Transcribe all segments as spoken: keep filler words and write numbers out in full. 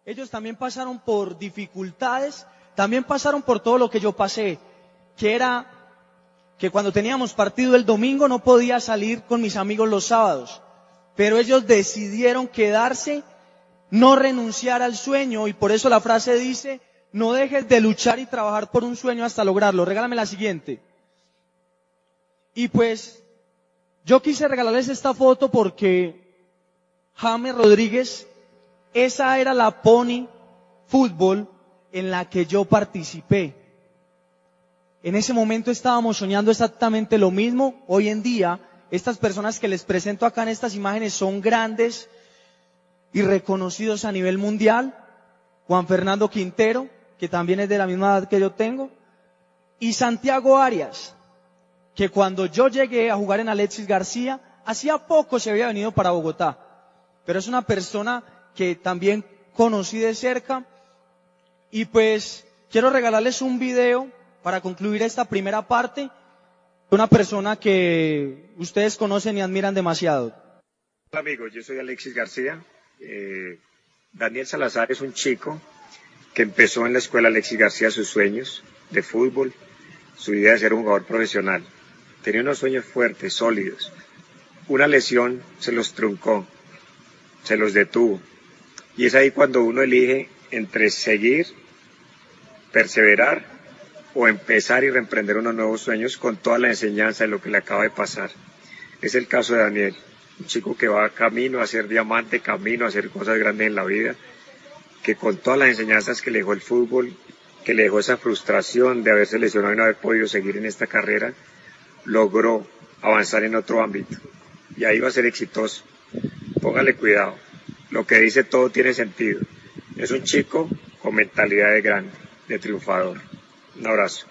ellos también pasaron por dificultades, también pasaron por todo lo que yo pasé, que era que cuando teníamos partido el domingo no podía salir con mis amigos los sábados, pero ellos decidieron quedarse, no renunciar al sueño, y por eso la frase dice, no dejes de luchar y trabajar por un sueño hasta lograrlo. Regálame la siguiente. Y pues, yo quise regalarles esta foto porque James Rodríguez, esa era la Pony Fútbol en la que yo participé. En ese momento estábamos soñando exactamente lo mismo. Hoy en día, estas personas que les presento acá en estas imágenes son grandes y reconocidos a nivel mundial. Juan Fernando Quintero, que también es de la misma edad que yo tengo, y Santiago Arias, que cuando yo llegué a jugar en Alexis García, hacía poco se había venido para Bogotá, pero es una persona que también conocí de cerca, y pues quiero regalarles un video para concluir esta primera parte, de una persona que ustedes conocen y admiran demasiado. Hola amigos, yo soy Alexis García. Eh, Daniel Salazar es un chico que empezó en la escuela Alexis García sus sueños de fútbol, su idea de ser un jugador profesional. Tenía unos sueños fuertes, sólidos. Una lesión se los truncó, se los detuvo. Y es ahí cuando uno elige entre seguir, perseverar o empezar y reemprender unos nuevos sueños con toda la enseñanza de lo que le acaba de pasar. Es el caso de Daniel, un chico que va camino a ser diamante, camino a hacer cosas grandes en la vida, que con todas las enseñanzas que le dejó el fútbol, que le dejó esa frustración de haberse lesionado y no haber podido seguir en esta carrera, logró avanzar en otro ámbito. Y ahí va a ser exitoso. Póngale cuidado. Lo que dice todo tiene sentido. Es un chico con mentalidad de grande, de triunfador. Un abrazo.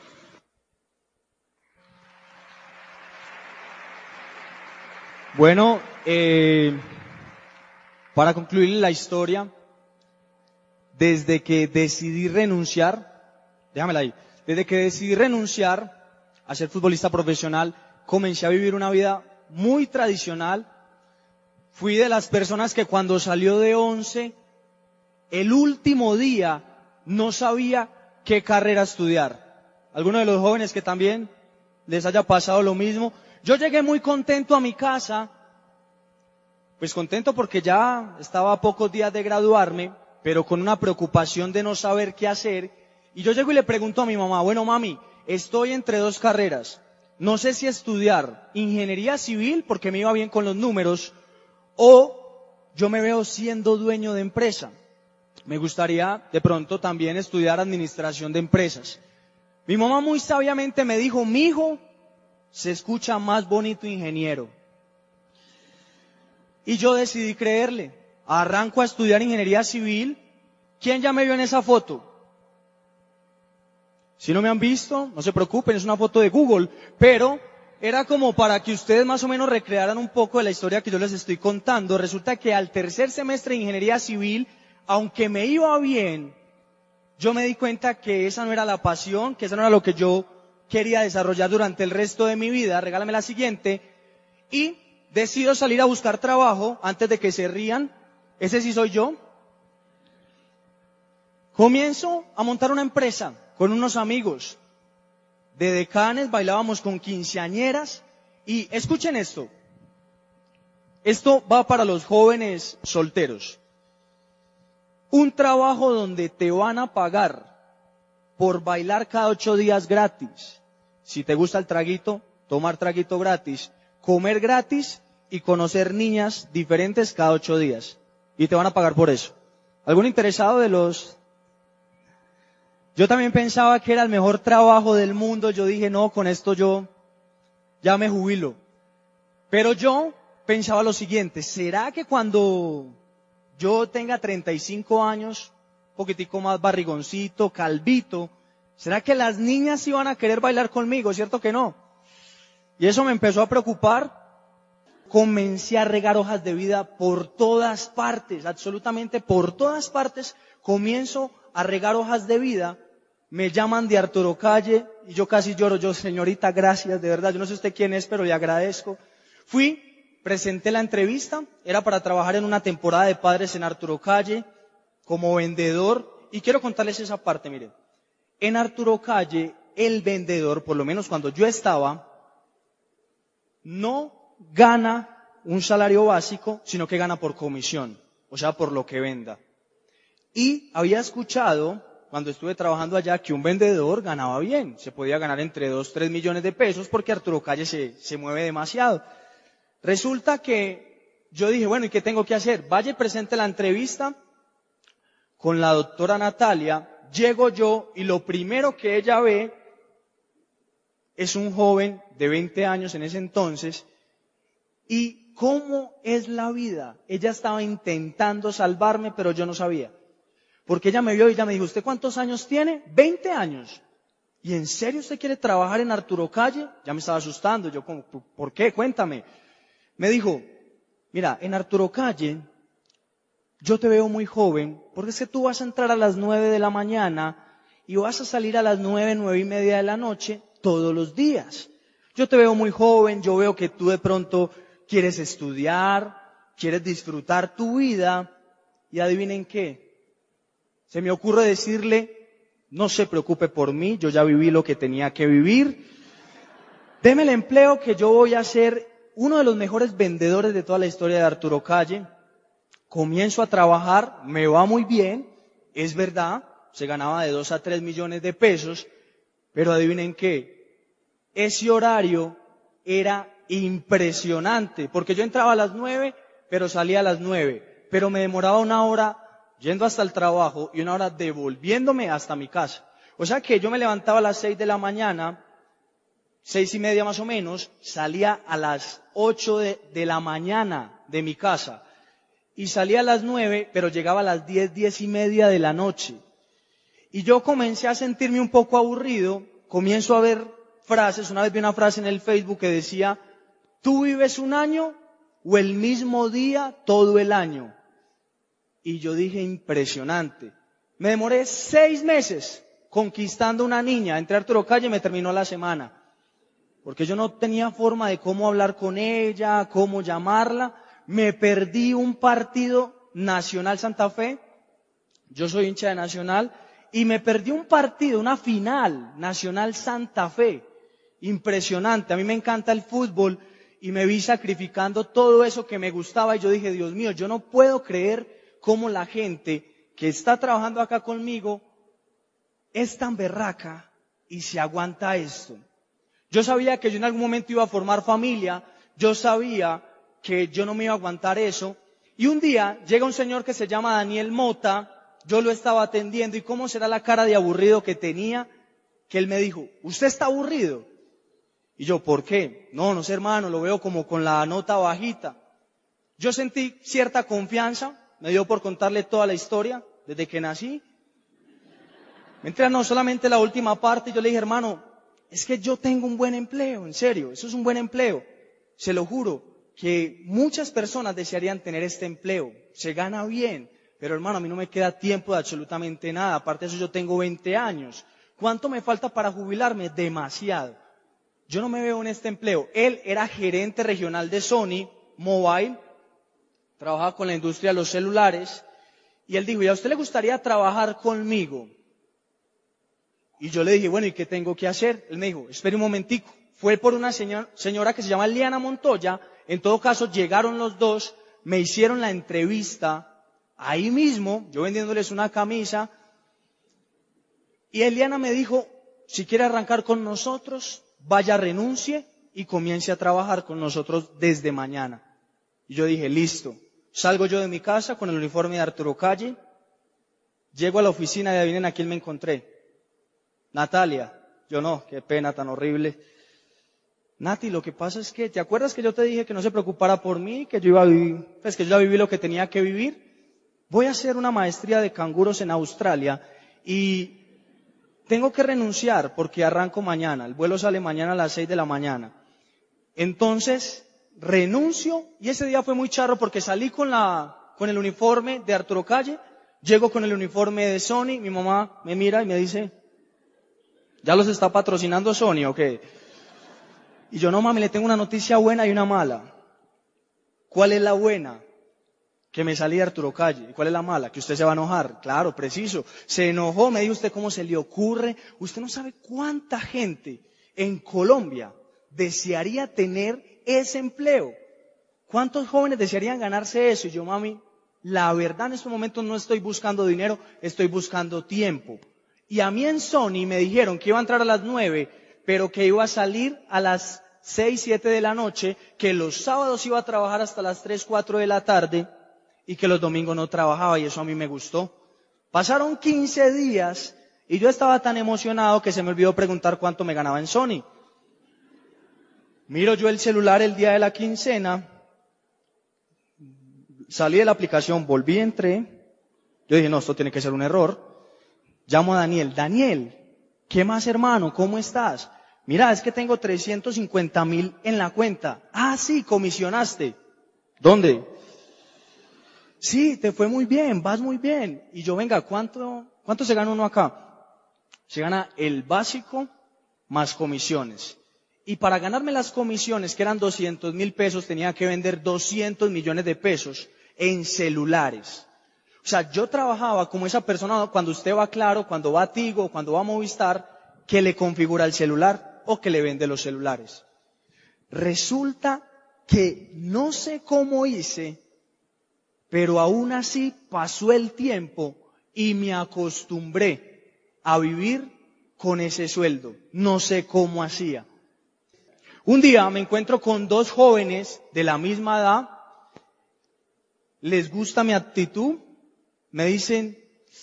Bueno, eh, para concluir la historia, desde que decidí renunciar, déjamela ahí, desde que decidí renunciar a ser futbolista profesional, comencé a vivir una vida muy tradicional. Fui de las personas que cuando salió de once, el último día no sabía qué carrera estudiar. Algunos de los jóvenes que también les haya pasado lo mismo. Yo llegué muy contento a mi casa, pues contento porque ya estaba a pocos días de graduarme, pero con una preocupación de no saber qué hacer. Y yo llego y le pregunto a mi mamá, bueno mami, estoy entre dos carreras. No sé si estudiar ingeniería civil porque me iba bien con los números, o yo me veo siendo dueño de empresa. Me gustaría de pronto también estudiar administración de empresas. Mi mamá muy sabiamente me dijo, mijo, se escucha más bonito ingeniero. Y yo decidí creerle. Arranco a estudiar ingeniería civil. ¿Quién ya me vio en esa foto? Si no me han visto, no se preocupen, es una foto de Google, pero era como para que ustedes más o menos recrearan un poco de la historia que yo les estoy contando. Resulta que al tercer semestre de ingeniería civil, aunque me iba bien, yo me di cuenta que esa no era la pasión, que esa no era lo que yo quería desarrollar durante el resto de mi vida. Regálame la siguiente. Y decido salir a buscar trabajo antes de que se rían. Ese sí soy yo. Comienzo a montar una empresa con unos amigos. De decanes, bailábamos con quinceañeras. Y escuchen esto. Esto va para los jóvenes solteros. Un trabajo donde te van a pagar por bailar cada ocho días gratis. Si te gusta el traguito, tomar traguito gratis, comer gratis y conocer niñas diferentes cada ocho días. Y te van a pagar por eso. ¿Algún interesado de los...? Yo también pensaba que era el mejor trabajo del mundo. Yo dije, no, con esto yo ya me jubilo. Pero yo pensaba lo siguiente, ¿será que cuando yo tenga treinta y cinco años, un poquitico más barrigoncito, calvito, ¿será que las niñas iban a querer bailar conmigo? ¿Cierto que no? Y eso me empezó a preocupar. Comencé a regar hojas de vida por todas partes, absolutamente por todas partes. Comienzo a regar hojas de vida. Me llaman de Arturo Calle y yo casi lloro. Yo, señorita, gracias, de verdad. Yo no sé usted quién es, pero le agradezco. Fui, presenté la entrevista. Era para trabajar en una temporada de Padres en Arturo Calle. como vendedor, y quiero contarles esa parte, miren. En Arturo Calle, el vendedor, por lo menos cuando yo estaba, no gana un salario básico, sino que gana por comisión, o sea, por lo que venda. Y había escuchado, cuando estuve trabajando allá, que un vendedor ganaba bien, se podía ganar entre dos, tres millones de pesos, porque Arturo Calle se, se mueve demasiado. Resulta que yo dije, bueno, ¿y qué tengo que hacer? Vaya y presente la entrevista con la doctora Natalia. Llego yo y lo primero que ella ve es un joven de veinte años en ese entonces. ¿Y cómo es la vida? Ella estaba intentando salvarme, pero yo no sabía. Porque ella me vio y ella me dijo, ¿usted cuántos años tiene? veinte años. ¿Y en serio usted quiere trabajar en Arturo Calle? Ya me estaba asustando. Yo, como, ¿por qué? Cuéntame. Me dijo, mira, en Arturo Calle yo te veo muy joven, porque es que tú vas a entrar a las nueve de la mañana y vas a salir a las nueve, nueve y media de la noche todos los días. Yo te veo muy joven, yo veo que tú de pronto quieres estudiar, quieres disfrutar tu vida, y adivinen qué, se me ocurre decirle, no se preocupe por mí, yo ya viví lo que tenía que vivir, deme el empleo que yo voy a ser uno de los mejores vendedores de toda la historia de Arturo Calle. Comienzo a trabajar, me va muy bien, es verdad, se ganaba de dos a tres millones de pesos, pero adivinen qué, ese horario era impresionante, porque yo entraba a las nueve, pero salía a las nueve, pero me demoraba una hora yendo hasta el trabajo y una hora devolviéndome hasta mi casa. O sea que yo me levantaba a las seis de la mañana, seis y media más o menos, salía a las ocho de, de la mañana de mi casa. Y salía a las nueve, pero llegaba a las diez, diez y media de la noche. Y yo comencé a sentirme un poco aburrido, comienzo a ver frases, una vez vi una frase en el Facebook que decía, ¿tú vives un año o el mismo día todo el año? Y yo dije, impresionante. Me demoré seis meses conquistando una niña, entré a Arturo Calle y me terminó la semana. Porque yo no tenía forma de cómo hablar con ella, cómo llamarla. Me perdí un partido Nacional Santa Fe, yo soy hincha de Nacional, y me perdí un partido, una final, Nacional Santa Fe, impresionante. A mí me encanta el fútbol y me vi sacrificando todo eso que me gustaba y yo dije, Dios mío, yo no puedo creer cómo la gente que está trabajando acá conmigo es tan berraca y se aguanta esto. Yo sabía que yo en algún momento iba a formar familia, yo sabía que yo no me iba a aguantar eso. Y un día llega un señor que se llama Daniel Mota, yo lo estaba atendiendo y cómo será la cara de aburrido que tenía, que él me dijo, ¿usted está aburrido? Y yo, ¿por qué? No, no sé hermano, lo veo como con la nota bajita. Yo sentí cierta confianza, me dio por contarle toda la historia, desde que nací. Mentira, no, solamente la última parte, yo le dije, hermano, es que yo tengo un buen empleo, en serio, eso es un buen empleo, se lo juro. Que muchas personas desearían tener este empleo, se gana bien, pero hermano, a mí no me queda tiempo de absolutamente nada, aparte de eso yo tengo veinte años, ¿cuánto me falta para jubilarme? Demasiado, yo no me veo en este empleo. Él era gerente regional de Sony Mobile, trabajaba con la industria de los celulares, y él dijo, ¿y a usted le gustaría trabajar conmigo? Y yo le dije, bueno, ¿y qué tengo que hacer? Él me dijo, espere un momentico, fue por una señor, señora que se llama Liana Montoya. En todo caso, llegaron los dos, me hicieron la entrevista ahí mismo, yo vendiéndoles una camisa, y Eliana me dijo, si quiere arrancar con nosotros, vaya, renuncie y comience a trabajar con nosotros desde mañana. Y yo dije, listo. Salgo yo de mi casa con el uniforme de Arturo Calle, llego a la oficina y adivinen a quién me encontré. Natalia. Yo no, qué pena tan horrible. Nati, lo que pasa es que, ¿te acuerdas que yo te dije que no se preocupara por mí, que yo iba a vivir, pues que yo ya viví lo que tenía que vivir? Voy a hacer una maestría de canguros en Australia y tengo que renunciar porque arranco mañana, el vuelo sale mañana a las seis de la mañana. Entonces, renuncio y ese día fue muy charro porque salí con la, con el uniforme de Arturo Calle, llego con el uniforme de Sony, mi mamá me mira y me dice, ¿ya los está patrocinando Sony o qué? Y yo, no mami, le tengo una noticia buena y una mala. ¿Cuál es la buena? Que me salí de Arturo Calle. ¿Y cuál es la mala? Que usted se va a enojar. Claro, preciso. Se enojó, me dijo usted cómo se le ocurre. Usted no sabe cuánta gente en Colombia desearía tener ese empleo. ¿Cuántos jóvenes desearían ganarse eso? Y yo, mami, la verdad en estos momentos no estoy buscando dinero, estoy buscando tiempo. Y a mí en Sony me dijeron que iba a entrar a las nueve, pero que iba a salir a las seis, siete de la noche, que los sábados iba a trabajar hasta las tres, cuatro de la tarde y que los domingos no trabajaba, y eso a mí me gustó. Pasaron quince días y yo estaba tan emocionado que se me olvidó preguntar cuánto me ganaba en Sony. Miro yo el celular el día de la quincena, salí de la aplicación, volví, entré, yo dije, no, esto tiene que ser un error. Llamo a Daniel, Daniel, ¿qué más, hermano? ¿Cómo estás? Mira, es que tengo trescientos cincuenta mil en la cuenta. Ah, sí, comisionaste. ¿Dónde? Sí, te fue muy bien, vas muy bien. Y yo, venga, ¿cuánto, cuánto se gana uno acá? Se gana el básico más comisiones. Y para ganarme las comisiones, que eran doscientos mil pesos, tenía que vender doscientos millones de pesos en celulares. O sea, yo trabajaba como esa persona cuando usted va a Claro, cuando va a Tigo, cuando va a Movistar, que le configura el celular o que le vende los celulares. Resulta que no sé cómo hice, pero aún así pasó el tiempo y me acostumbré a vivir con ese sueldo. No sé cómo hacía. Un día me encuentro con dos jóvenes de la misma edad, les gusta mi actitud, me dicen,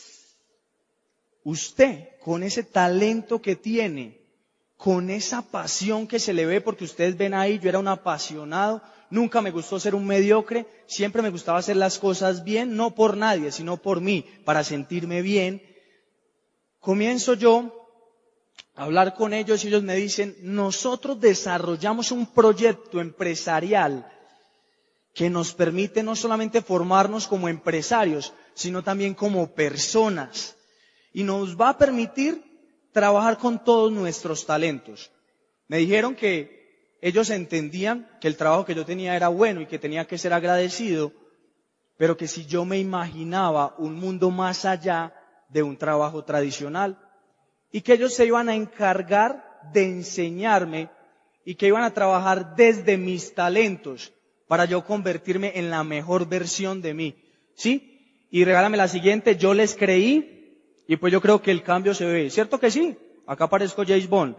usted con ese talento que tiene, con esa pasión que se le ve, porque ustedes ven ahí, yo era un apasionado, nunca me gustó ser un mediocre, siempre me gustaba hacer las cosas bien, no por nadie, sino por mí, para sentirme bien. Comienzo yo a hablar con ellos y ellos me dicen, nosotros desarrollamos un proyecto empresarial que nos permite no solamente formarnos como empresarios, sino también como personas. Y nos va a permitir trabajar con todos nuestros talentos. Me dijeron que ellos entendían que el trabajo que yo tenía era bueno y que tenía que ser agradecido, pero que si yo me imaginaba un mundo más allá de un trabajo tradicional, y que ellos se iban a encargar de enseñarme y que iban a trabajar desde mis talentos para yo convertirme en la mejor versión de mí, ¿sí? Y regálame la siguiente, yo les creí y pues yo creo que el cambio se ve, ¿cierto que sí? Acá aparezco James Bond.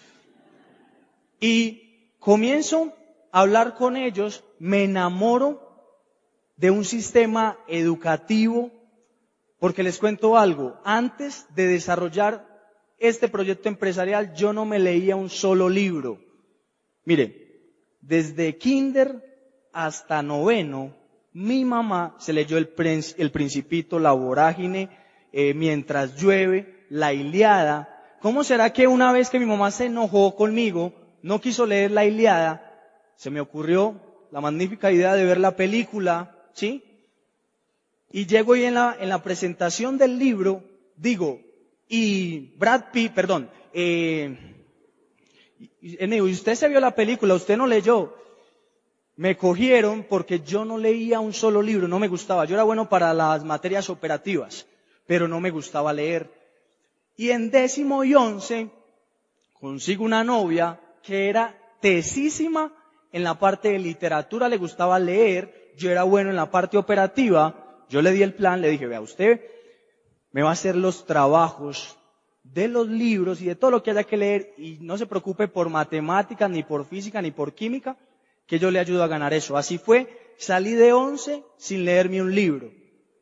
Y comienzo a hablar con ellos, me enamoro de un sistema educativo, porque les cuento algo, antes de desarrollar este proyecto empresarial yo no me leía un solo libro. Mire, desde kinder hasta noveno, mi mamá se leyó el, el Principito, La Vorágine, eh, Mientras llueve, La Ilíada. ¿Cómo será que una vez que mi mamá se enojó conmigo, no quiso leer La Ilíada, se me ocurrió la magnífica idea de ver la película, ¿sí? Y llego y en la, en la presentación del libro, digo, y Brad Pitt, perdón, eh, y me dijo, ¿y usted se vio la película? ¿Usted no leyó? Me cogieron porque yo no leía un solo libro, no me gustaba. Yo era bueno para las materias operativas, pero no me gustaba leer. Y en décimo y once consigo una novia que era tesísima en la parte de literatura, le gustaba leer, yo era bueno en la parte operativa. Yo le di el plan, le dije, vea, usted me va a hacer los trabajos de los libros y de todo lo que haya que leer y no se preocupe por matemáticas, ni por física, ni por química, que yo le ayudo a ganar eso. Así fue, salí de once sin leerme un libro.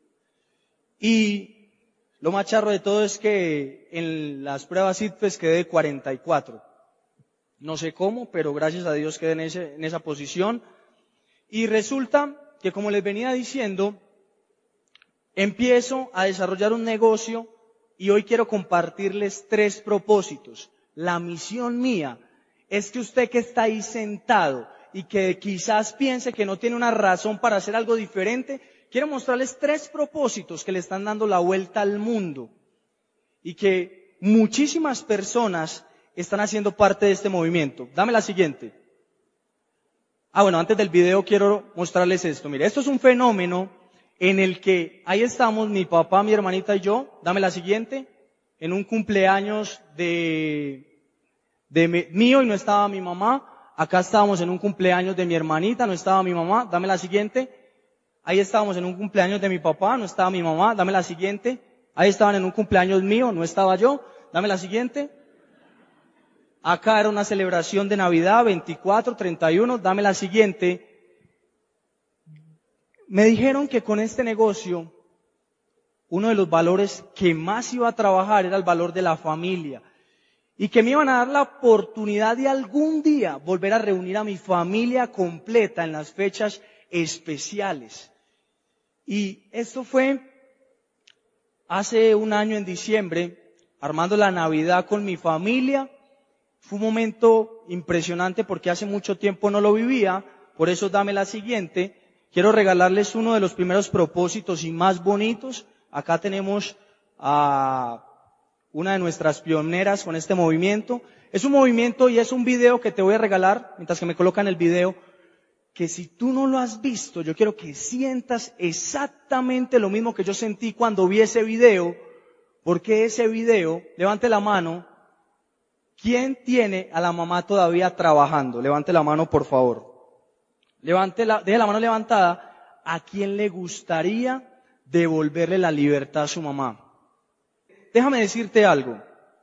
Y lo más charro de todo es que en las pruebas I T F E S quedé de cuarenta y cuatro. No sé cómo, pero gracias a Dios quedé en, ese, en esa posición. Y resulta que, como les venía diciendo, empiezo a desarrollar un negocio y hoy quiero compartirles tres propósitos. La misión mía es que usted que está ahí sentado y que quizás piense que no tiene una razón para hacer algo diferente, quiero mostrarles tres propósitos que le están dando la vuelta al mundo y que muchísimas personas están haciendo parte de este movimiento. Dame la siguiente. Ah, bueno, antes del video quiero mostrarles esto. Mire, esto es un fenómeno en el que ahí estamos mi papá, mi hermanita y yo, dame la siguiente, en un cumpleaños de, de me- mío y no estaba mi mamá. Acá estábamos en un cumpleaños de mi hermanita, no estaba mi mamá, dame la siguiente. Ahí estábamos en un cumpleaños de mi papá, no estaba mi mamá, dame la siguiente. Ahí estaban en un cumpleaños mío, no estaba yo, dame la siguiente. Acá era una celebración de Navidad, veinticuatro, treinta y uno, dame la siguiente. Me dijeron que con este negocio, uno de los valores que más iba a trabajar era el valor de la familia. Y que me iban a dar la oportunidad de algún día volver a reunir a mi familia completa en las fechas especiales. Y esto fue hace un año en diciembre, armando la Navidad con mi familia. Fue un momento impresionante porque hace mucho tiempo no lo vivía, por eso dame la siguiente. Quiero regalarles uno de los primeros propósitos y más bonitos. Acá tenemos a una de nuestras pioneras con este movimiento. Es un movimiento y es un video que te voy a regalar, mientras que me colocan el video, que si tú no lo has visto, yo quiero que sientas exactamente lo mismo que yo sentí cuando vi ese video, porque ese video, levante la mano, ¿quién tiene a la mamá todavía trabajando? Levante la mano, por favor. Levante la, deje la mano levantada. ¿A quién le gustaría devolverle la libertad a su mamá? Déjame decirte algo.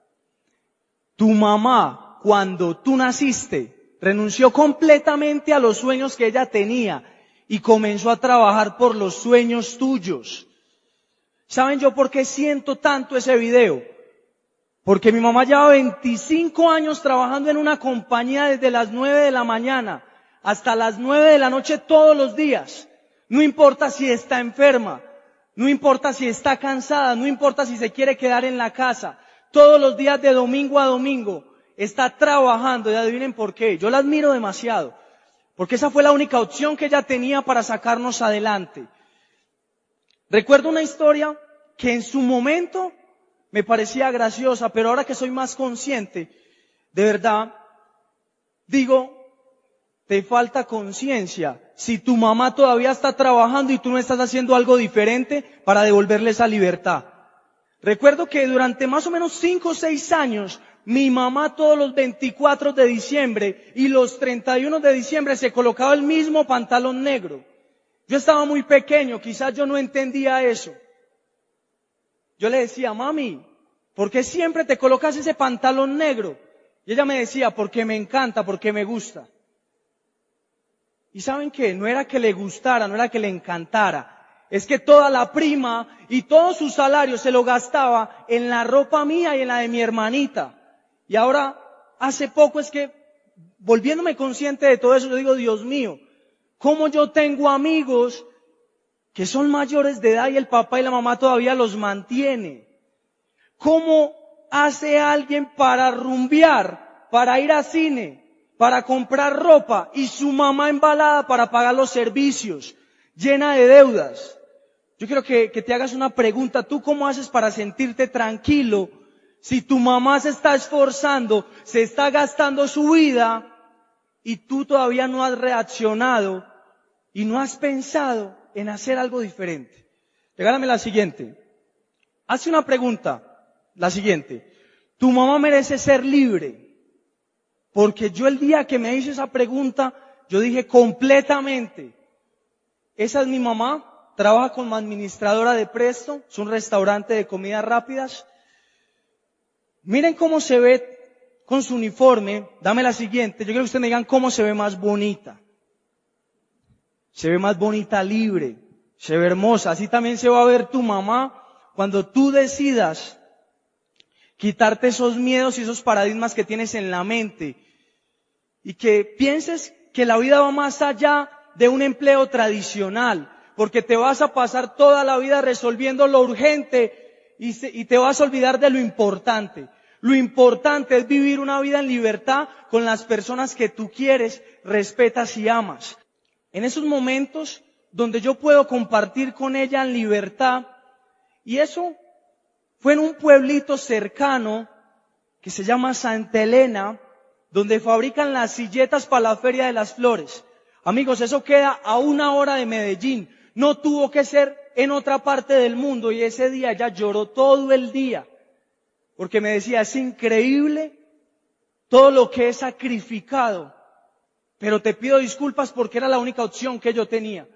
Tu mamá, cuando tú naciste, renunció completamente a los sueños que ella tenía y comenzó a trabajar por los sueños tuyos. ¿Saben yo por qué siento tanto ese video? Porque mi mamá lleva veinticinco años trabajando en una compañía desde las nueve de la mañana hasta las nueve de la noche todos los días. No importa si está enferma, no importa si está cansada, no importa si se quiere quedar en la casa. Todos los días de domingo a domingo está trabajando, y adivinen por qué. Yo la admiro demasiado, porque esa fue la única opción que ella tenía para sacarnos adelante. Recuerdo una historia que en su momento me parecía graciosa, pero ahora que soy más consciente, de verdad, digo, te falta conciencia. Si tu mamá todavía está trabajando y tú no estás haciendo algo diferente para devolverle esa libertad. Recuerdo que durante más o menos cinco o seis años, mi mamá todos los veinticuatro de diciembre y los treinta y uno de diciembre se colocaba el mismo pantalón negro. Yo estaba muy pequeño, quizás yo no entendía eso. Yo le decía, mami, ¿por qué siempre te colocas ese pantalón negro? Y ella me decía, porque me encanta, porque me gusta. ¿Y saben qué? No era que le gustara, no era que le encantara. Es que toda la prima y todo su salario se lo gastaba en la ropa mía y en la de mi hermanita. Y ahora, hace poco es que, volviéndome consciente de todo eso, yo digo, Dios mío, ¿cómo yo tengo amigos que son mayores de edad y el papá y la mamá todavía los mantiene? ¿Cómo hace alguien para rumbear, para ir a cine, para comprar ropa y su mamá embalada para pagar los servicios, llena de deudas? Yo quiero que, que te hagas una pregunta. ¿Tú cómo haces para sentirte tranquilo si tu mamá se está esforzando, se está gastando su vida y tú todavía no has reaccionado y no has pensado en hacer algo diferente? Regálame la siguiente. Hace una pregunta, la siguiente. ¿Tu mamá merece ser libre? Porque yo el día que me hice esa pregunta, yo dije completamente, esa es mi mamá, trabaja como administradora de Presto, es un restaurante de comidas rápidas. Miren cómo se ve con su uniforme, dame la siguiente, yo quiero que ustedes me digan cómo se ve más bonita. Se ve más bonita libre, se ve hermosa, así también se va a ver tu mamá cuando tú decidas quitarte esos miedos y esos paradigmas que tienes en la mente y que pienses que la vida va más allá de un empleo tradicional, porque te vas a pasar toda la vida resolviendo lo urgente y, se, y te vas a olvidar de lo importante. Lo importante es vivir una vida en libertad con las personas que tú quieres, respetas y amas. En esos momentos donde yo puedo compartir con ella en libertad, y eso fue en un pueblito cercano que se llama Santa Elena, donde fabrican las silletas para la Feria de las Flores. Amigos, eso queda a una hora de Medellín. No tuvo que ser en otra parte del mundo y ese día ella lloró todo el día porque me decía, es increíble todo lo que he sacrificado, pero te pido disculpas porque era la única opción que yo tenía.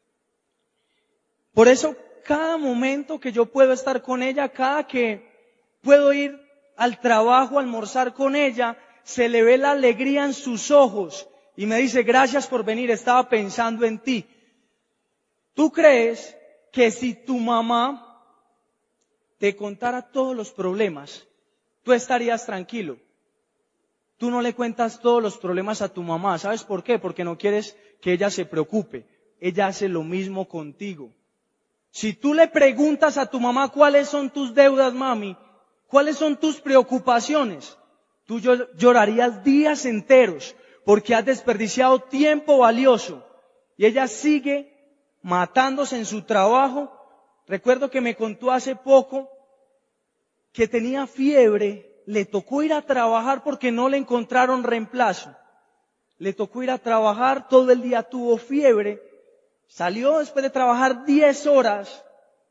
Por eso, cada momento que yo puedo estar con ella, cada que puedo ir al trabajo, a almorzar con ella, se le ve la alegría en sus ojos y me dice, gracias por venir, estaba pensando en ti. ¿Tú crees que si tu mamá te contara todos los problemas, tú estarías tranquilo? Tú no le cuentas todos los problemas a tu mamá. ¿Sabes por qué? Porque no quieres que ella se preocupe. Ella hace lo mismo contigo. Si tú le preguntas a tu mamá cuáles son tus deudas, mami, cuáles son tus preocupaciones, tú llorarías días enteros porque has desperdiciado tiempo valioso. Y ella sigue matándose en su trabajo. Recuerdo que me contó hace poco que tenía fiebre, le tocó ir a trabajar porque no le encontraron reemplazo. Le tocó ir a trabajar, todo el día tuvo fiebre, salió después de trabajar diez horas,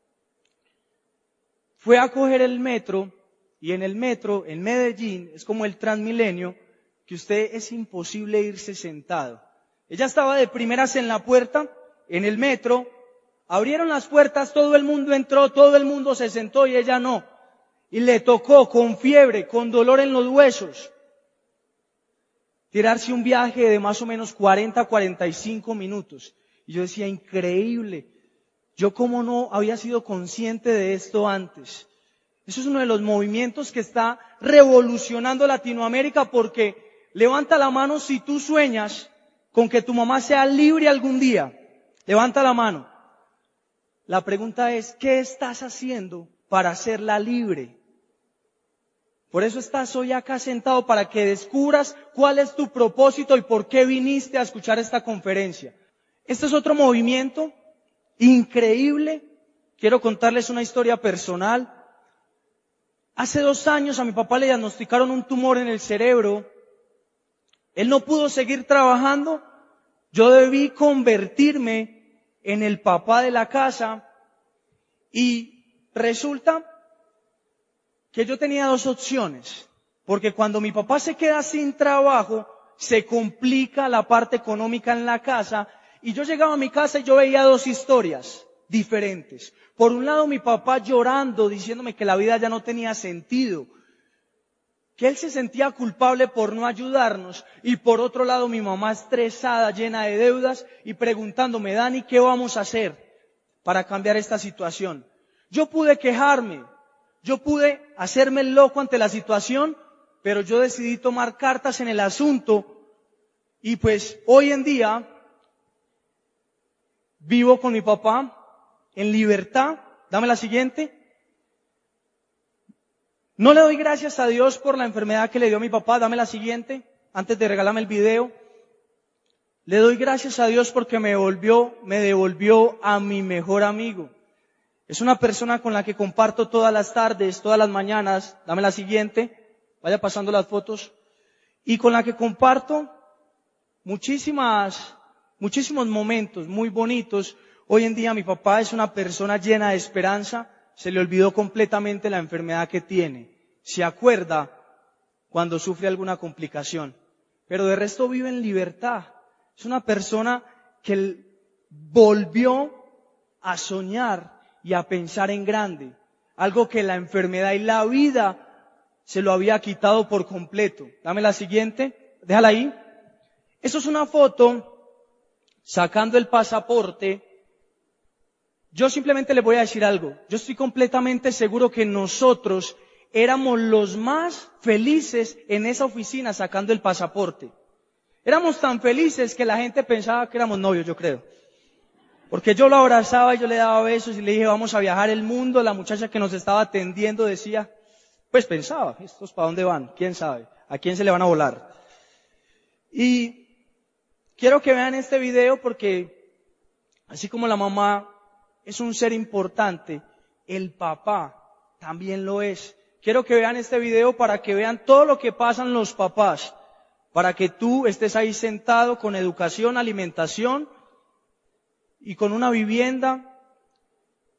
fue a coger el metro y en el metro, en Medellín, es como el Transmilenio, que usted es imposible irse sentado. Ella estaba de primeras en la puerta, en el metro, abrieron las puertas, todo el mundo entró, todo el mundo se sentó y ella no. Y le tocó con fiebre, con dolor en los huesos, tirarse un viaje de más o menos cuarenta a cuarenta y cinco minutos. Y yo decía, increíble, yo cómo no había sido consciente de esto antes. Eso es uno de los movimientos que está revolucionando Latinoamérica porque levanta la mano si tú sueñas con que tu mamá sea libre algún día. Levanta la mano. La pregunta es, ¿qué estás haciendo para hacerla libre? Por eso estás hoy acá sentado, para que descubras cuál es tu propósito y por qué viniste a escuchar esta conferencia. Este es otro movimiento increíble. Quiero contarles una historia personal. Hace dos años a mi papá le diagnosticaron un tumor en el cerebro. Él no pudo seguir trabajando. Yo debí convertirme en el papá de la casa y resulta que yo tenía dos opciones, porque cuando mi papá se queda sin trabajo, se complica la parte económica en la casa, y yo llegaba a mi casa y yo veía dos historias diferentes. Por un lado, mi papá llorando, diciéndome que la vida ya no tenía sentido, que él se sentía culpable por no ayudarnos, y por otro lado, mi mamá estresada, llena de deudas, y preguntándome, Dani, ¿qué vamos a hacer para cambiar esta situación? Yo pude quejarme, yo pude hacerme el loco ante la situación, pero yo decidí tomar cartas en el asunto y pues hoy en día vivo con mi papá en libertad. Dame la siguiente. No le doy gracias a Dios por la enfermedad que le dio a mi papá. Dame la siguiente, antes de regalarme el video. Le doy gracias a Dios porque me devolvió, me devolvió a mi mejor amigo. Es una persona con la que comparto todas las tardes, todas las mañanas. Dame la siguiente. Vaya pasando las fotos. Y con la que comparto muchísimas, muchísimos momentos muy bonitos. Hoy en día mi papá es una persona llena de esperanza. Se le olvidó completamente la enfermedad que tiene. Se acuerda cuando sufre alguna complicación. Pero de resto vive en libertad. Es una persona que volvió a soñar y a pensar en grande, algo que la enfermedad y la vida se lo había quitado por completo. Dame la siguiente, déjala ahí. Eso es una foto sacando el pasaporte. Yo simplemente le voy a decir algo. Yo estoy completamente seguro que nosotros éramos los más felices en esa oficina sacando el pasaporte. Éramos tan felices que la gente pensaba que éramos novios, yo creo. Porque yo lo abrazaba y yo le daba besos y le dije, vamos a viajar el mundo. La muchacha que nos estaba atendiendo decía, pues pensaba, ¿estos para dónde van? ¿Quién sabe? ¿A quién se le van a volar? Y quiero que vean este video porque, así como la mamá es un ser importante, el papá también lo es. Quiero que vean este video para que vean todo lo que pasan los papás, para que tú estés ahí sentado con educación, alimentación, y con una vivienda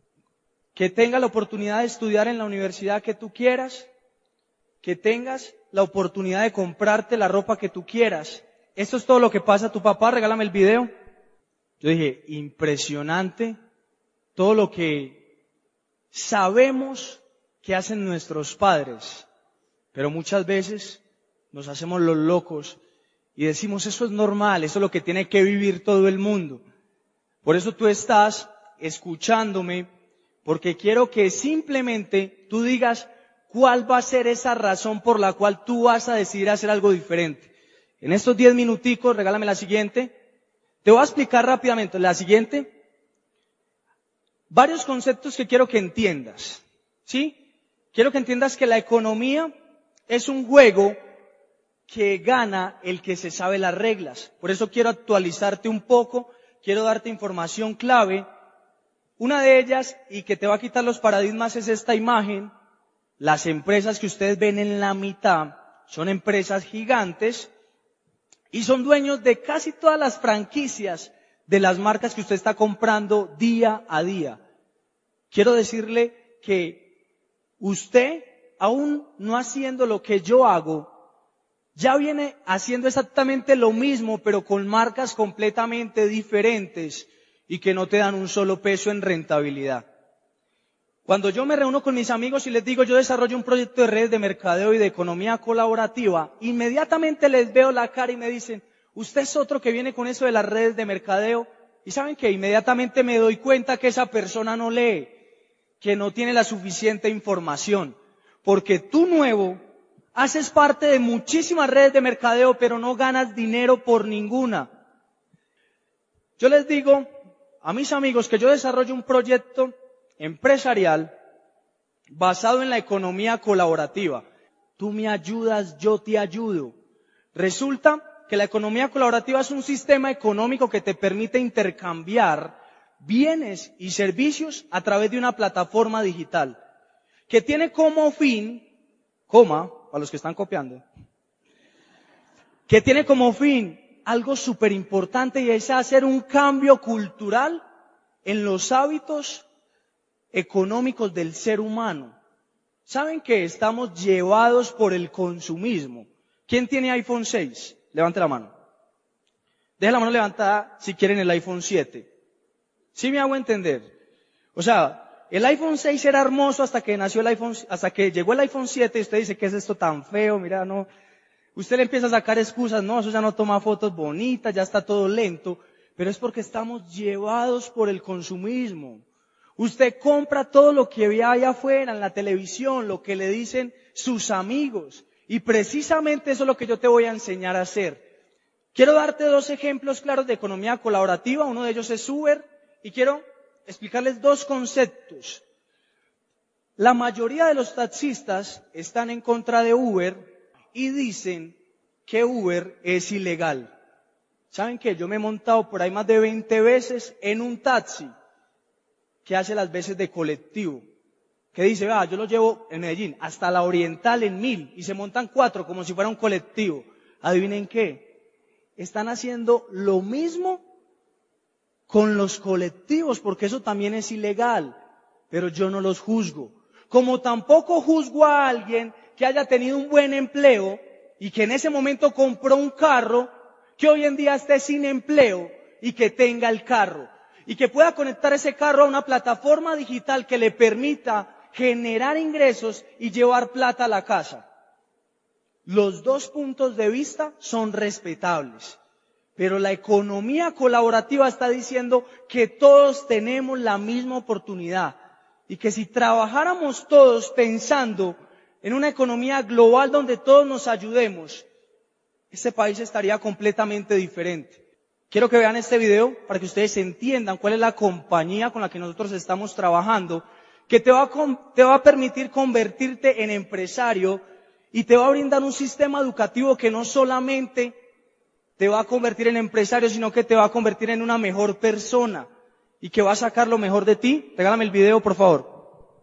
que tengas la oportunidad de estudiar en la universidad que tú quieras, que tengas la oportunidad de comprarte la ropa que tú quieras. Esto es todo lo que pasa. Tu papá, regálame el video. Yo dije, impresionante todo lo que sabemos que hacen nuestros padres, pero muchas veces nos hacemos los locos y decimos, eso es normal, eso es lo que tiene que vivir todo el mundo. Por eso tú estás escuchándome, porque quiero que simplemente tú digas cuál va a ser esa razón por la cual tú vas a decidir hacer algo diferente. En estos diez minuticos, regálame la siguiente. Te voy a explicar rápidamente la siguiente. Varios conceptos que quiero que entiendas, ¿sí? Quiero que entiendas que la economía es un juego que gana el que se sabe las reglas. Por eso quiero actualizarte un poco, quiero darte información clave. Una de ellas, y que te va a quitar los paradigmas, es esta imagen. Las empresas que ustedes ven en la mitad son empresas gigantes y son dueños de casi todas las franquicias de las marcas que usted está comprando día a día. Quiero decirle que usted, aún no haciendo lo que yo hago, ya viene haciendo exactamente lo mismo, pero con marcas completamente diferentes y que no te dan un solo peso en rentabilidad. Cuando yo me reúno con mis amigos y les digo, yo desarrollo un proyecto de redes de mercadeo y de economía colaborativa, inmediatamente les veo la cara y me dicen, usted es otro que viene con eso de las redes de mercadeo. Y saben que inmediatamente me doy cuenta que esa persona no lee, que no tiene la suficiente información. Porque tú nuevo haces parte de muchísimas redes de mercadeo, pero no ganas dinero por ninguna. Yo les digo a mis amigos que yo desarrollo un proyecto empresarial basado en la economía colaborativa. Tú me ayudas, yo te ayudo. Resulta que la economía colaborativa es un sistema económico que te permite intercambiar bienes y servicios a través de una plataforma digital, que tiene como fin, coma, para los que están copiando, que tiene como fin algo súper importante y es hacer un cambio cultural en los hábitos económicos del ser humano. ¿Saben que estamos llevados por el consumismo? ¿Quién tiene iPhone seis? Levante la mano. Deje la mano levantada si quieren el iPhone siete. ¿Sí me hago entender? O sea, el iPhone seis era hermoso hasta que nació el iPhone, hasta que llegó el iPhone siete y usted dice, ¿qué es esto tan feo? Mira, no. Usted le empieza a sacar excusas, no, eso ya no toma fotos bonitas, ya está todo lento. Pero es porque estamos llevados por el consumismo. Usted compra todo lo que ve allá afuera, en la televisión, lo que le dicen sus amigos. Y precisamente eso es lo que yo te voy a enseñar a hacer. Quiero darte dos ejemplos claros de economía colaborativa. Uno de ellos es Uber. Y quiero explicarles dos conceptos. La mayoría de los taxistas están en contra de Uber y dicen que Uber es ilegal. ¿Saben qué? Yo me he montado por ahí más de veinte veces en un taxi que hace las veces de colectivo, que dice, ah, yo lo llevo en Medellín hasta la Oriental en mil, y se montan cuatro como si fuera un colectivo. ¿Adivinen qué? Están haciendo lo mismo con los colectivos, porque eso también es ilegal, pero yo no los juzgo. Como tampoco juzgo a alguien que haya tenido un buen empleo y que en ese momento compró un carro, que hoy en día esté sin empleo y que tenga el carro. Y que pueda conectar ese carro a una plataforma digital que le permita generar ingresos y llevar plata a la casa. Los dos puntos de vista son respetables, pero la economía colaborativa está diciendo que todos tenemos la misma oportunidad y que si trabajáramos todos pensando en una economía global donde todos nos ayudemos, este país estaría completamente diferente. Quiero que vean este video para que ustedes entiendan cuál es la compañía con la que nosotros estamos trabajando, que te va a, te va a permitir convertirte en empresario y te va a brindar un sistema educativo que no solamente te va a convertir en empresario, sino que te va a convertir en una mejor persona y que va a sacar lo mejor de ti. Regálame el video, por favor.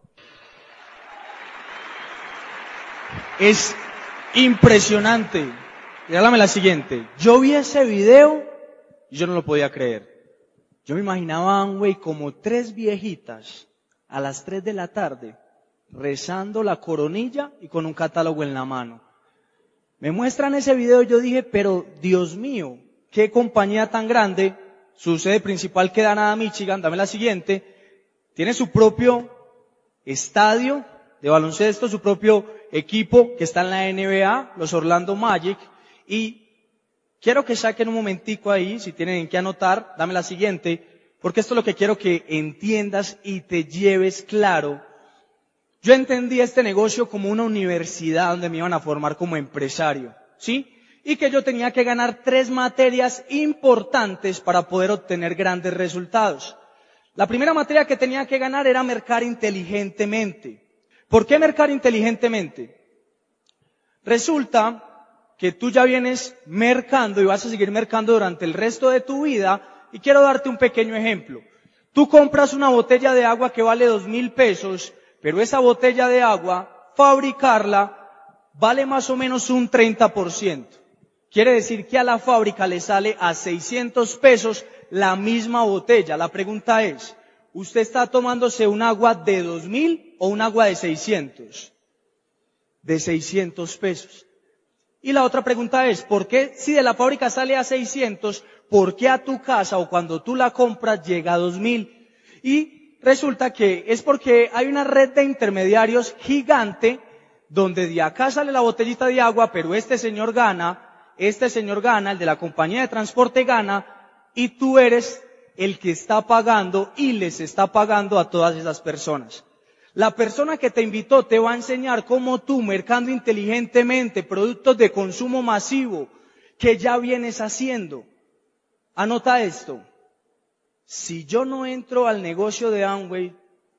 Es impresionante. Regálame la siguiente. Yo vi ese video y yo no lo podía creer. Yo me imaginaba, güey, como tres viejitas a las tres de la tarde, rezando la coronilla y con un catálogo en la mano. Me muestran ese video y yo dije, pero Dios mío, qué compañía tan grande. Su sede principal queda en Ada, Michigan, dame la siguiente. Tiene su propio estadio de baloncesto, su propio equipo que está en la N B A, los Orlando Magic. Y quiero que saquen un momentico ahí, si tienen que anotar, dame la siguiente, porque esto es lo que quiero que entiendas y te lleves claro. Yo entendí este negocio como una universidad donde me iban a formar como empresario, ¿sí? Y que yo tenía que ganar tres materias importantes para poder obtener grandes resultados. La primera materia que tenía que ganar era mercar inteligentemente. ¿Por qué mercar inteligentemente? Resulta que tú ya vienes mercando y vas a seguir mercando durante el resto de tu vida, y quiero darte un pequeño ejemplo. Tú compras una botella de agua que vale dos mil pesos, pero esa botella de agua, fabricarla, vale más o menos un treinta por ciento. Quiere decir que a la fábrica le sale a seiscientos pesos la misma botella. La pregunta es, ¿usted está tomándose un agua de dos mil o un agua de seiscientos? De seiscientos pesos. Y la otra pregunta es, ¿por qué si de la fábrica sale a seiscientos, por qué a tu casa o cuando tú la compras llega a dos mil? Y resulta que es porque hay una red de intermediarios gigante donde de acá sale la botellita de agua, pero este señor gana, este señor gana, el de la compañía de transporte gana, y tú eres el que está pagando y les está pagando a todas esas personas. La persona que te invitó te va a enseñar cómo tú, mercando inteligentemente productos de consumo masivo que ya vienes haciendo. Anota esto. Si yo no entro al negocio de Amway,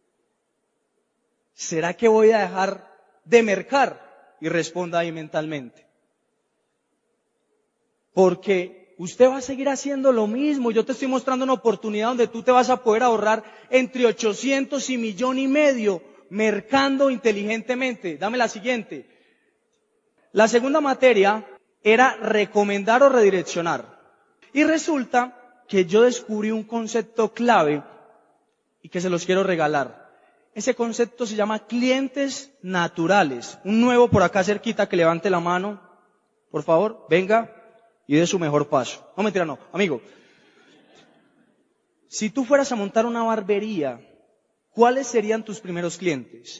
¿será que voy a dejar de mercar? Y responda ahí mentalmente. Porque usted va a seguir haciendo lo mismo. Yo te estoy mostrando una oportunidad donde tú te vas a poder ahorrar entre ochocientos y millón y medio mercando inteligentemente. Dame la siguiente. La segunda materia era recomendar o redireccionar. Y resulta que yo descubrí un concepto clave y que se los quiero regalar. Ese concepto se llama clientes naturales. Un nuevo por acá cerquita que levante la mano, por favor, venga y dé su mejor paso. No, mentira, no, amigo. Si tú fueras a montar una barbería, ¿cuáles serían tus primeros clientes?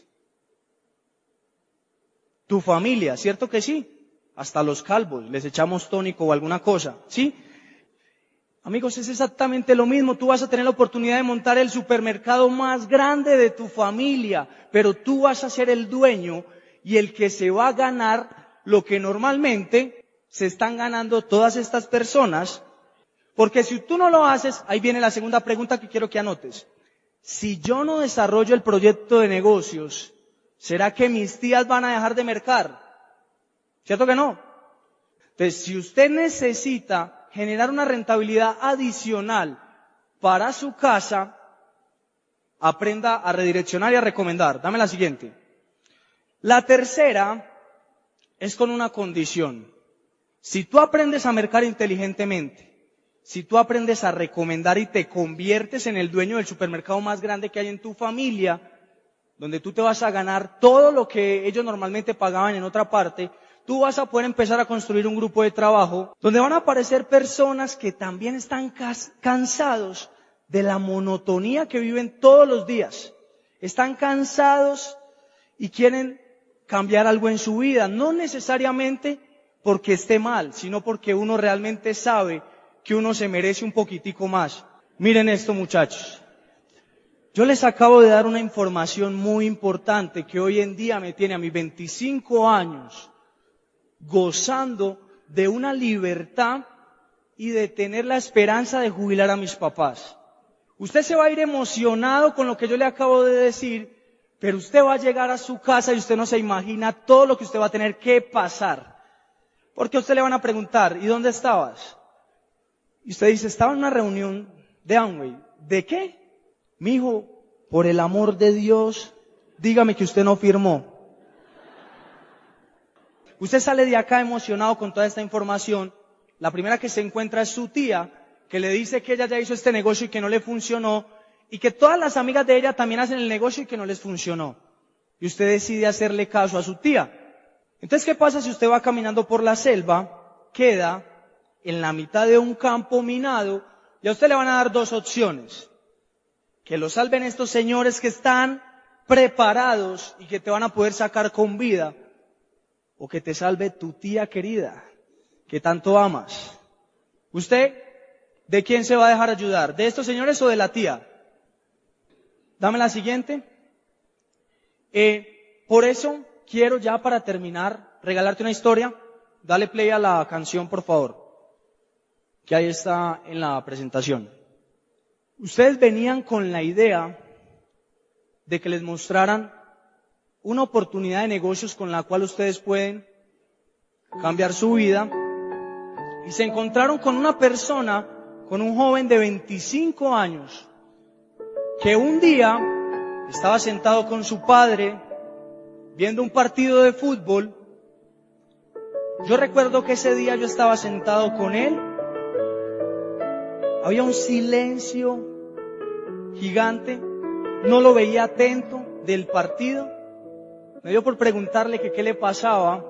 Tu familia, ¿cierto que sí? Hasta los calvos, les echamos tónico o alguna cosa, ¿sí? Amigos, es exactamente lo mismo. Tú vas a tener la oportunidad de montar el supermercado más grande de tu familia, pero tú vas a ser el dueño y el que se va a ganar lo que normalmente se están ganando todas estas personas. Porque si tú no lo haces, ahí viene la segunda pregunta que quiero que anotes. Si yo no desarrollo el proyecto de negocios, ¿será que mis tías van a dejar de mercar? ¿Cierto que no? Entonces, si usted necesita generar una rentabilidad adicional para su casa, aprenda a redireccionar y a recomendar. Dame la siguiente. La tercera es con una condición. Si tú aprendes a mercar inteligentemente, si tú aprendes a recomendar y te conviertes en el dueño del supermercado más grande que hay en tu familia, donde tú te vas a ganar todo lo que ellos normalmente pagaban en otra parte, tú vas a poder empezar a construir un grupo de trabajo donde van a aparecer personas que también están cansados de la monotonía que viven todos los días. Están cansados y quieren cambiar algo en su vida, no necesariamente porque esté mal, sino porque uno realmente sabe que uno se merece un poquitico más. Miren esto, muchachos. Yo les acabo de dar una información muy importante que hoy en día me tiene a mis veinticinco años gozando de una libertad y de tener la esperanza de jubilar a mis papás. Usted se va a ir emocionado con lo que yo le acabo de decir, pero usted va a llegar a su casa y usted no se imagina todo lo que usted va a tener que pasar. Porque a usted le van a preguntar, ¿y dónde estabas? Y usted dice, estaba en una reunión de Amway. ¿De qué? Mijo, por el amor de Dios, dígame que usted no firmó. Usted sale de acá emocionado con toda esta información. La primera que se encuentra es su tía, que le dice que ella ya hizo este negocio y que no le funcionó. y que todas las amigas de ella también hacen el negocio y que no les funcionó. Y usted decide hacerle caso a su tía. Entonces, ¿qué pasa si usted va caminando por la selva, queda en la mitad de un campo minado y a usted le van a dar dos opciones? Que lo salven estos señores que están preparados y que te van a poder sacar con vida, o que te salve tu tía querida, que tanto amas. ¿Usted de quién se va a dejar ayudar? ¿De estos señores o de la tía? Dame la siguiente. Eh, por eso quiero ya para terminar regalarte una historia. Dale play a la canción, por favor, que ahí está en la presentación. Ustedes venían con la idea de que les mostraran una oportunidad de negocios con la cual ustedes pueden cambiar su vida, y se encontraron con una persona, con un joven de veinticinco años, que un día estaba sentado con su padre viendo un partido de fútbol. Yo recuerdo que ese día yo estaba sentado con él, había un silencio gigante, no lo veía atento del partido. Me dio por preguntarle que qué le pasaba.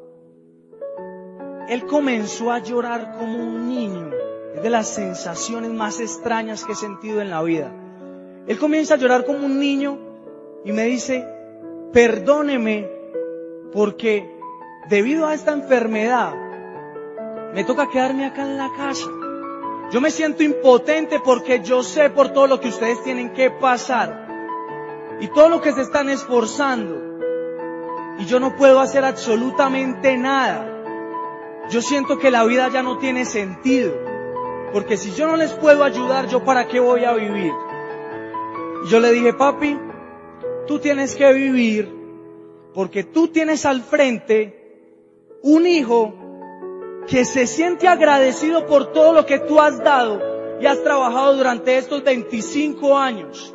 Él comenzó a llorar como un niño. Es de las sensaciones más extrañas que he sentido en la vida. Él comienza a llorar como un niño y me dice: perdóneme, porque debido a esta enfermedad me toca quedarme acá en la casa. Yo me siento impotente porque yo sé por todo lo que ustedes tienen que pasar y todo lo que se están esforzando, y yo no puedo hacer absolutamente nada. Yo siento que la vida ya no tiene sentido, porque si yo no les puedo ayudar, ¿yo para qué voy a vivir? Y yo le dije: papi, tú tienes que vivir porque tú tienes al frente un hijo que se siente agradecido por todo lo que tú has dado y has trabajado durante estos veinticinco años.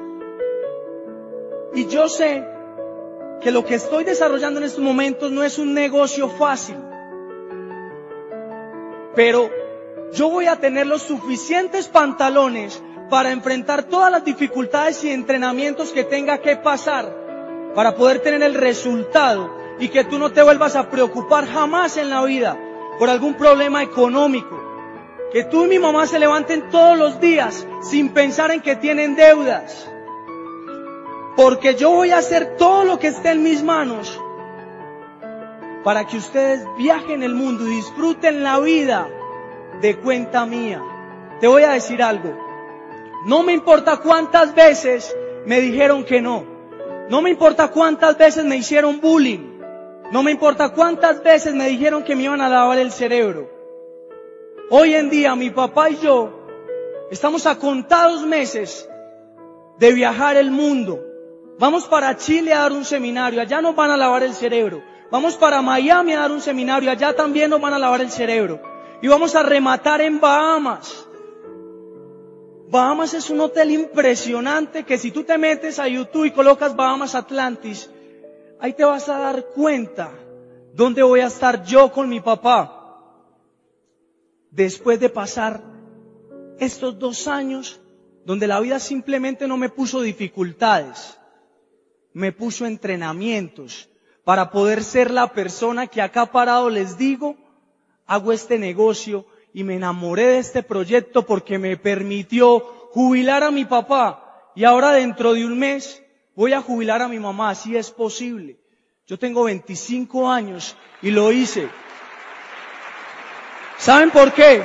Y yo sé que lo que estoy desarrollando en estos momentos no es un negocio fácil, pero yo voy a tener los suficientes pantalones para enfrentar todas las dificultades y entrenamientos que tenga que pasar para poder tener el resultado, y que tú no te vuelvas a preocupar jamás en la vida por algún problema económico. Que tú y mi mamá se levanten todos los días sin pensar en que tienen deudas. Porque yo voy a hacer todo lo que esté en mis manos para que ustedes viajen el mundo y disfruten la vida de cuenta mía. Te voy a decir algo. No me importa cuántas veces me dijeron que no. No me importa cuántas veces me hicieron bullying. No me importa cuántas veces me dijeron que me iban a lavar el cerebro. Hoy en día mi papá y yo estamos a contados meses de viajar el mundo. Vamos para Chile a dar un seminario, allá nos van a lavar el cerebro. Vamos para Miami a dar un seminario, allá también nos van a lavar el cerebro. Y vamos a rematar en Bahamas. Bahamas es un hotel impresionante que si tú te metes a YouTube y colocas Bahamas Atlantis, ahí te vas a dar cuenta dónde voy a estar yo con mi papá. Después de pasar estos dos años donde la vida simplemente no me puso dificultades, me puso entrenamientos para poder ser la persona que acá parado les digo, hago este negocio y me enamoré de este proyecto porque me permitió jubilar a mi papá, y ahora dentro de un mes voy a jubilar a mi mamá. Así es posible. Yo tengo veinticinco años y lo hice. ¿Saben por qué?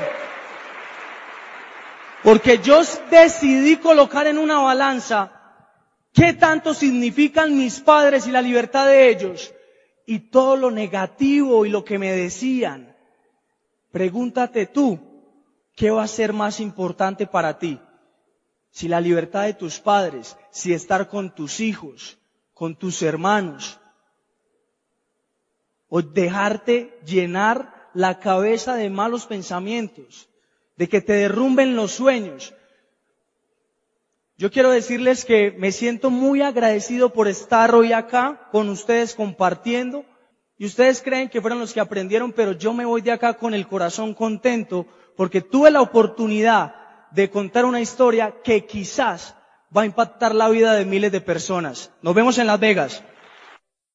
Porque yo decidí colocar en una balanza qué tanto significan mis padres y la libertad de ellos, y todo lo negativo y lo que me decían. Pregúntate tú, ¿qué va a ser más importante para ti? Si la libertad de tus padres, si estar con tus hijos, con tus hermanos, o dejarte llenar la cabeza de malos pensamientos, de que te derrumben los sueños. Yo quiero decirles que me siento muy agradecido por estar hoy acá con ustedes compartiendo. Y ustedes creen que fueron los que aprendieron, pero yo me voy de acá con el corazón contento porque tuve la oportunidad de contar una historia que quizás va a impactar la vida de miles de personas. Nos vemos en Las Vegas.